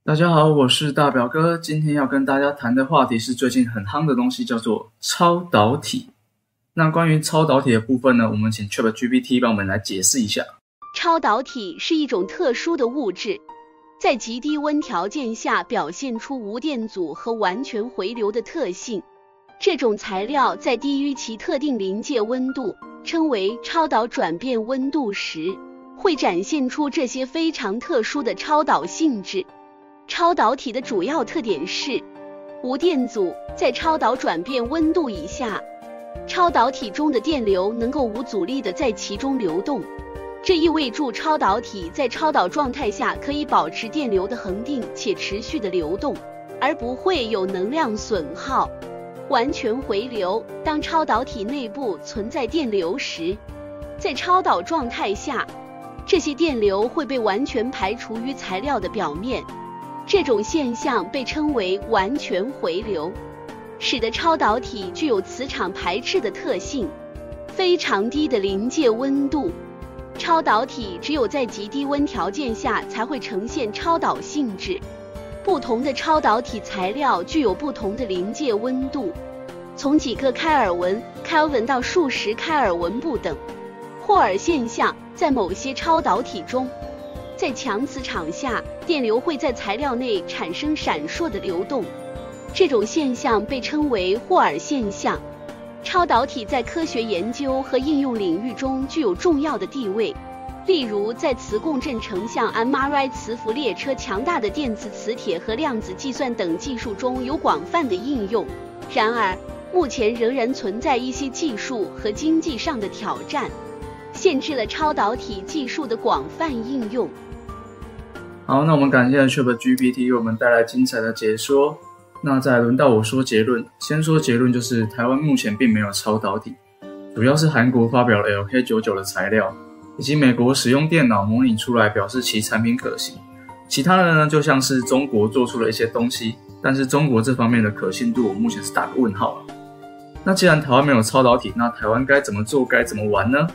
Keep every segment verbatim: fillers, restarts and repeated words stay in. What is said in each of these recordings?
大家好，我是大表哥，今天要跟大家谈的话题是最近很夯的东西，叫做超导体。那关于超导体的部分呢，我们请 ChatGPT 帮我们来解释一下。 超导体是一种特殊的物质，在极低温条件下表现出无电阻和完全回流的特性。这种材料在低于其特定临界温度，称为超导转变温度时，会展现出这些非常特殊的超导性质。超导体的主要特点是无电阻，在超导转变温度以下，超导体中的电流能够无阻力地在其中流动，这意味着超导体在超导状态下可以保持电流的恒定且持续的流动，而不会有能量损耗。完全回流，当超导体内部存在电流时，在超导状态下，这些电流会被完全排除于材料的表面，这种现象被称为完全回流，使得超导体具有磁场排斥的特性。非常低的临界温度，超导体只有在极低温条件下才会呈现超导性质。不同的超导体材料具有不同的临界温度，从几个开尔文 Kelvin 到数十开尔文不等。霍尔现象在某些超导体中，在强磁场下，电流会在材料内产生闪烁的流动，这种现象被称为霍尔现象。超导体在科学研究和应用领域中具有重要的地位，例如在磁共振成像 M R I 磁浮列车、强大的电磁磁铁和量子计算等技术中有广泛的应用。然而，目前仍然存在一些技术和经济上的挑战，限制了超导体技术的广泛应用。 好，那我们感谢 ChatGPT 为我们带来精彩的解说。那再轮到我说结论，先说结论就是台湾目前并没有超导体，主要是韩国发表了 L K 九十九 的材料，以及美国使用电脑模拟出来表示其产品可行。其他的呢，就像是中国做出了一些东西，但是中国这方面的可信度我目前是打个问号了。那既然台湾没有超导体，那台湾该怎么做，该怎么玩呢？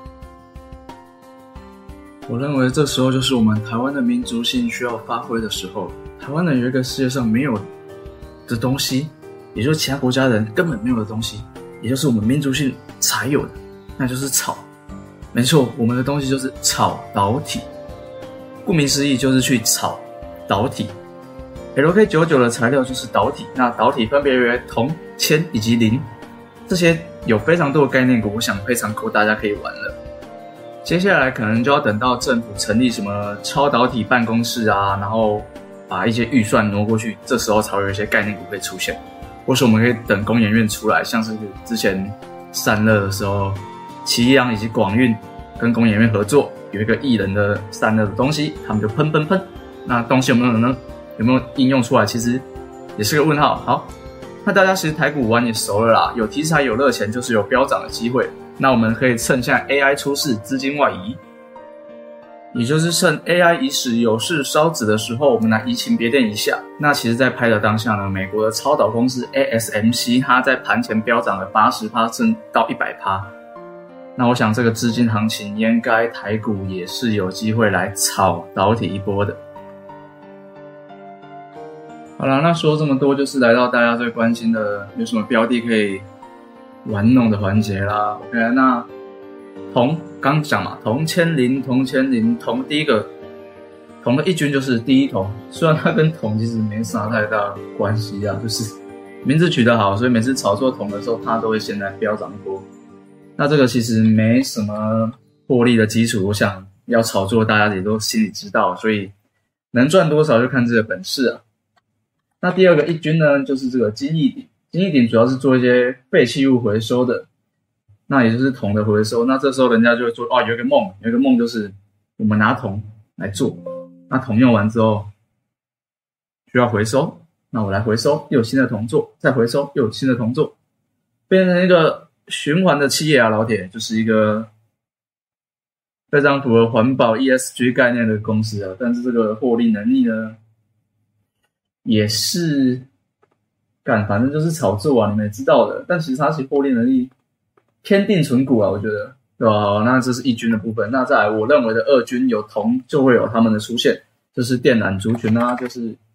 我认为这时候就是我们台湾的民族性需要发挥的时候。台湾人有一个世界上没有的东西，也就是其他国家人根本没有的东西，也就是我们民族性才有的，那就是草。没错，我们的东西就是草导体，顾名思义就是去草导体。L K 九十九 的材料就是导体，那导体分别为铜、铅以及磷，这些有非常多的概念股，我想非常够大家可以玩了。接下来可能就要等到政府成立什么超导体办公室啊，然后把一些预算挪过去，这时候才会有一些概念股会出现。或是我们可以等工研院出来，像是之前散热的时候，奇阳以及广运跟工研院合作，有一个艺人的散热的东西，他们就喷喷喷，那东西有没有呢？有没有应用出来？其实也是个问号。好，那大家其实台股玩也熟了啦，有题材有热钱，就是有飙涨的机会。那我们可以趁现在 A I 出世，资金外移，也就是趁 A I 已使有事烧纸的时候，我们来移情别恋一下。那其实在拍的当下呢，美国的超导公司 A S M C 它在盘前飙涨了 百分之八十 甚至到 百分之百。那我想这个资金行情应该台股也是有机会来炒导体一波的。好啦，那说这么多就是来到大家最关心的有什么标的可以玩弄的环节啦。 OK， 那铜刚讲嘛，铜铅磷，铜铅磷，铜第一个铜的一军就是第一铜，虽然它跟铜其实没啥太大关系啊，就是名字取得好，所以每次炒作铜的时候它都会先来飙涨一波。那这个其实没什么获利的基础，我想要炒作大家也都心里知道，所以能赚多少就看自己的本事啊。那第二个一军呢，就是这个金益鼎，金益鼎主要是做一些废弃物回收的，那也就是铜的回收。那这时候人家就会做，哦，有一个梦，有一个梦就是我们拿铜来做，那铜用完之后需要回收，那我来回收，又有新的铜做，再回收，又有新的铜做，变成一个循环的企业啊，老铁，就是一个非常符合环保 E S G 概念的公司啊。但是这个获利能力呢，也是干，反正就是炒作啊，你们也知道的。但其实它其实获利能力偏定存股啊，我觉得，对吧？好，那这是一军的部分。那再来，我认为的二军有铜就会有他们的出现，就是电缆族群啊，就是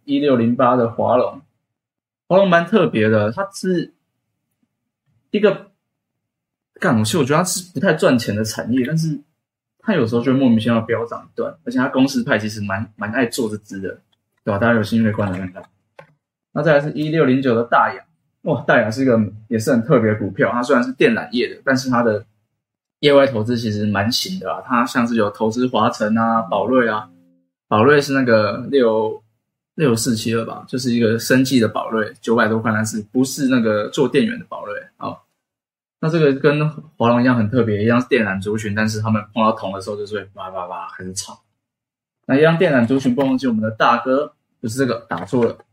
一六零八的华龙，华龙蛮特别的，它是一个干，其实我觉得它是不太赚钱的产业，但是它有时候就会莫名其妙飙涨一段，而且它公司派其实蛮蛮爱做这支的，对吧？大家有兴趣可以观察看看。那再来是一六零九的大雅，哇，大雅是一个也是很特别的股票，它虽然是电缆业的，但是它的业外投资其实蛮行的啊，它像是有投资华晨啊、宝瑞啊，宝瑞是那个六六四七二吧，就是一个生技的宝瑞，九百多块，但是不是那个做电源的宝瑞。好，那这个跟华龙一样很特别，一样是电缆族群，但是他们碰到铜的时候就是会叭叭叭开始吵。那一样电缆族群不忘记我们的大哥，不是这个打错了，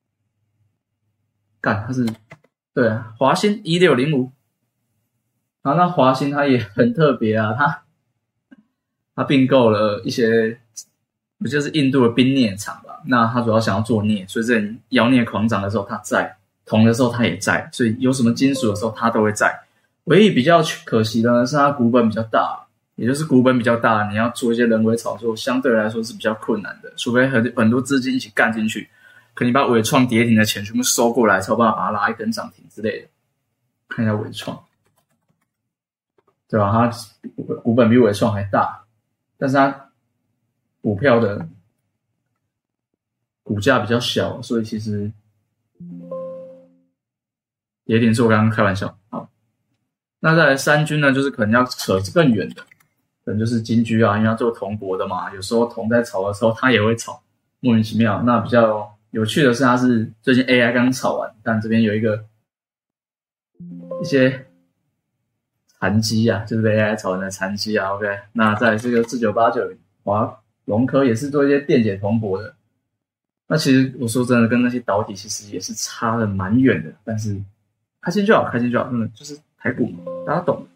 干他是对啊，华兴一六零五。好，那华兴它也很特别啊，它它并购了一些，不就是印度的冰镍厂吧？那它主要想要做镍，所以这妖镍狂涨的时候它在，铜的时候它也在，所以有什么金属的时候它都会在。唯一比较可惜的呢是它股本比较大，也就是股本比较大，你要做一些人为炒作，相对来说是比较困难的，除非很很多资金一起干进去，可能你把伟创跌停的钱全部收过来，才有办法把它拉一根涨停之类的。看一下伟创。对吧？它股本比伟创还大，但是它股票的股价比较小，所以其实跌停是我刚刚开玩笑。好，那再来三军呢，就是可能要扯更远的，可能就是金居啊，因为它做铜箔的嘛，有时候铜在炒的时候它也会炒，莫名其妙。那比较有趣的是，它是最近 A I 刚炒完，但这边有一个一些残机啊，就是被 A I 炒成的残机啊 ，OK。那在这个四九八九华龙科也是做一些电解铜箔的。那其实我说真的，跟那些导体其实也是差的蛮远的，但是开心就好，开心就好，真的就是台股嘛，大家懂。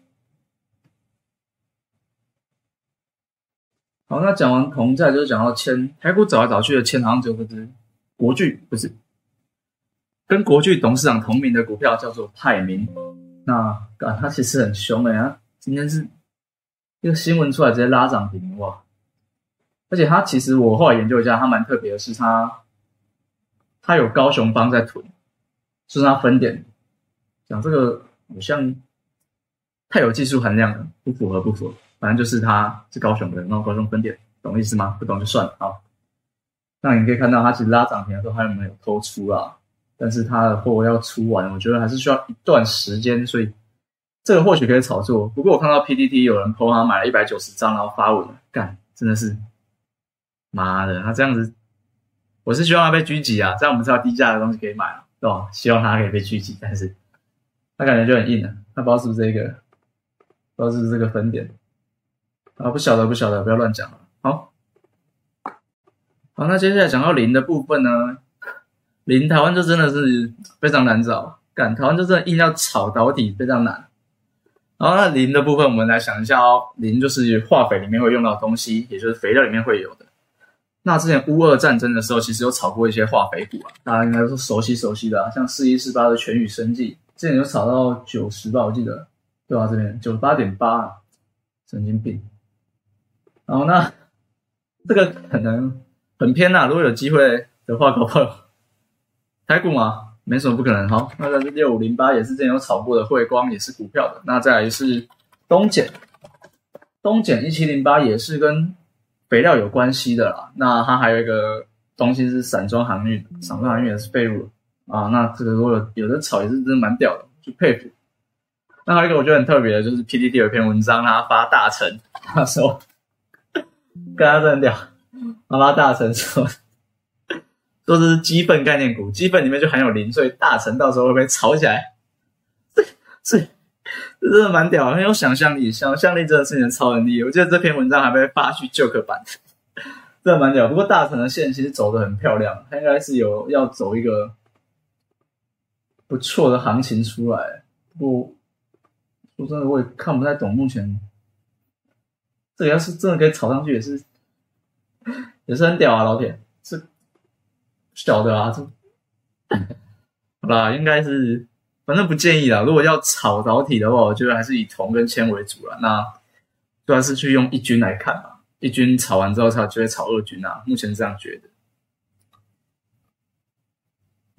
好，那讲完铜，再就是讲到铅，台股找来找去的铅好像只有个字，国巨不是，跟国巨董事长同名的股票叫做泰明。那啊，他其实很凶哎、欸、啊！今天是一个新闻出来直接拉涨停哇！而且他其实我后来研究一下，他蛮特别的是他，他有高雄帮在囤，就是他分点。讲这个好像太有技术含量了，不符合不符合。反正就是他是高雄的，然后高雄分点，懂意思吗？不懂就算了。好，那你可以看到他其实拉涨停的时候，他有没有偷出啊？但是他的货要出完，我觉得还是需要一段时间，所以这个或许可以炒作。不过我看到 P T T 有人 po 他买了一百九十张，然后发文，干，真的是妈的，他这样子，我是希望他被狙击啊，这样我们才有低价的东西可以买啊，对吧？希望他可以被狙击，但是他感觉就很硬了，他不知道是不是这个，不知道是不是这个分点啊，不晓得不晓得，不要乱讲了。好，好，那接下来讲到零的部分呢？零台湾就真的是非常难找，干台湾就真的硬要炒导体非常难。然后那零的部分我们来想一下哦，零就是化肥里面会用到的东西，也就是肥料里面会有的。那之前乌俄战争的时候，其实有炒过一些化肥股啊，大家应该都熟悉熟悉的啊，像四一四八的全宇生技，之前有炒到九十吧，我记得，对吧？这边 九十八点八 啊，神经病。然后那这个可能很偏啊，如果有机会的话，搞不好台股嘛，没什么不可能。好，那这是六五零八，也是之前有炒过的汇光，也是股票的。那再来是东碱，东碱一七零八也是跟肥料有关系的啦。那它还有一个东西是散装航运，散装航运也是废物啊。那这个如果有有的炒也是真的蛮屌的，就佩服。那还有一个我觉得很特别的，就是 P T T 有一篇文章，他发大成，他说跟他真的很屌，他发大成说。说这是鸡粪概念股，鸡粪里面就含有磷，所以大成到时候会不会炒起来？这这这真的蛮屌的，很有想象力，想象力真的是你的超能力。我记得这篇文章还被发去 Joke 版，真的蛮屌。不过大成的线其实走得很漂亮，它应该是有要走一个不错的行情出来。不过说真的，我也看不太懂，目前这个要是真的可以炒上去，也是也是很屌啊，老铁。这小的啊，这好啦，应该是反正不建议啦。如果要炒导体的话，我觉得还是以铜跟铅为主啦。那主要是去用一军来看嘛，一军炒完之后，它就会炒二军啊。目前是这样觉得。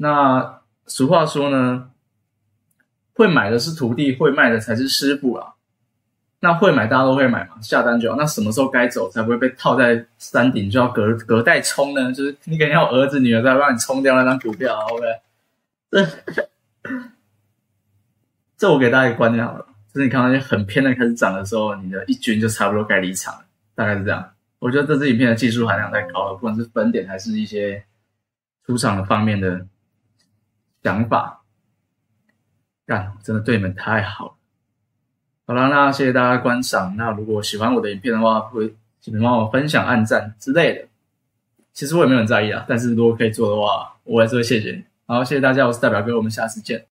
那俗话说呢，会买的是徒弟，会卖的才是师傅啊。那会买大家都会买嘛，下单就好。那什么时候该走才不会被套在山顶，就要隔隔代冲呢？就是你可能要儿子女儿再帮你冲掉那张股票 ，OK？ 这这我给大家一个观念好了，就是你看到那些很偏的开始涨的时候，你的一军就差不多该离场了，大概是这样。我觉得这支影片的技术含量太高了，不管是分点还是一些出场的方面的想法，干，真的对你们太好了。好啦，那谢谢大家观赏。那如果喜欢我的影片的话，会请帮我分享、按赞之类的。其实我也没有很在意啊，但是如果可以做的话，我还是会谢谢你。好，谢谢大家，我是代表哥，我们下次见。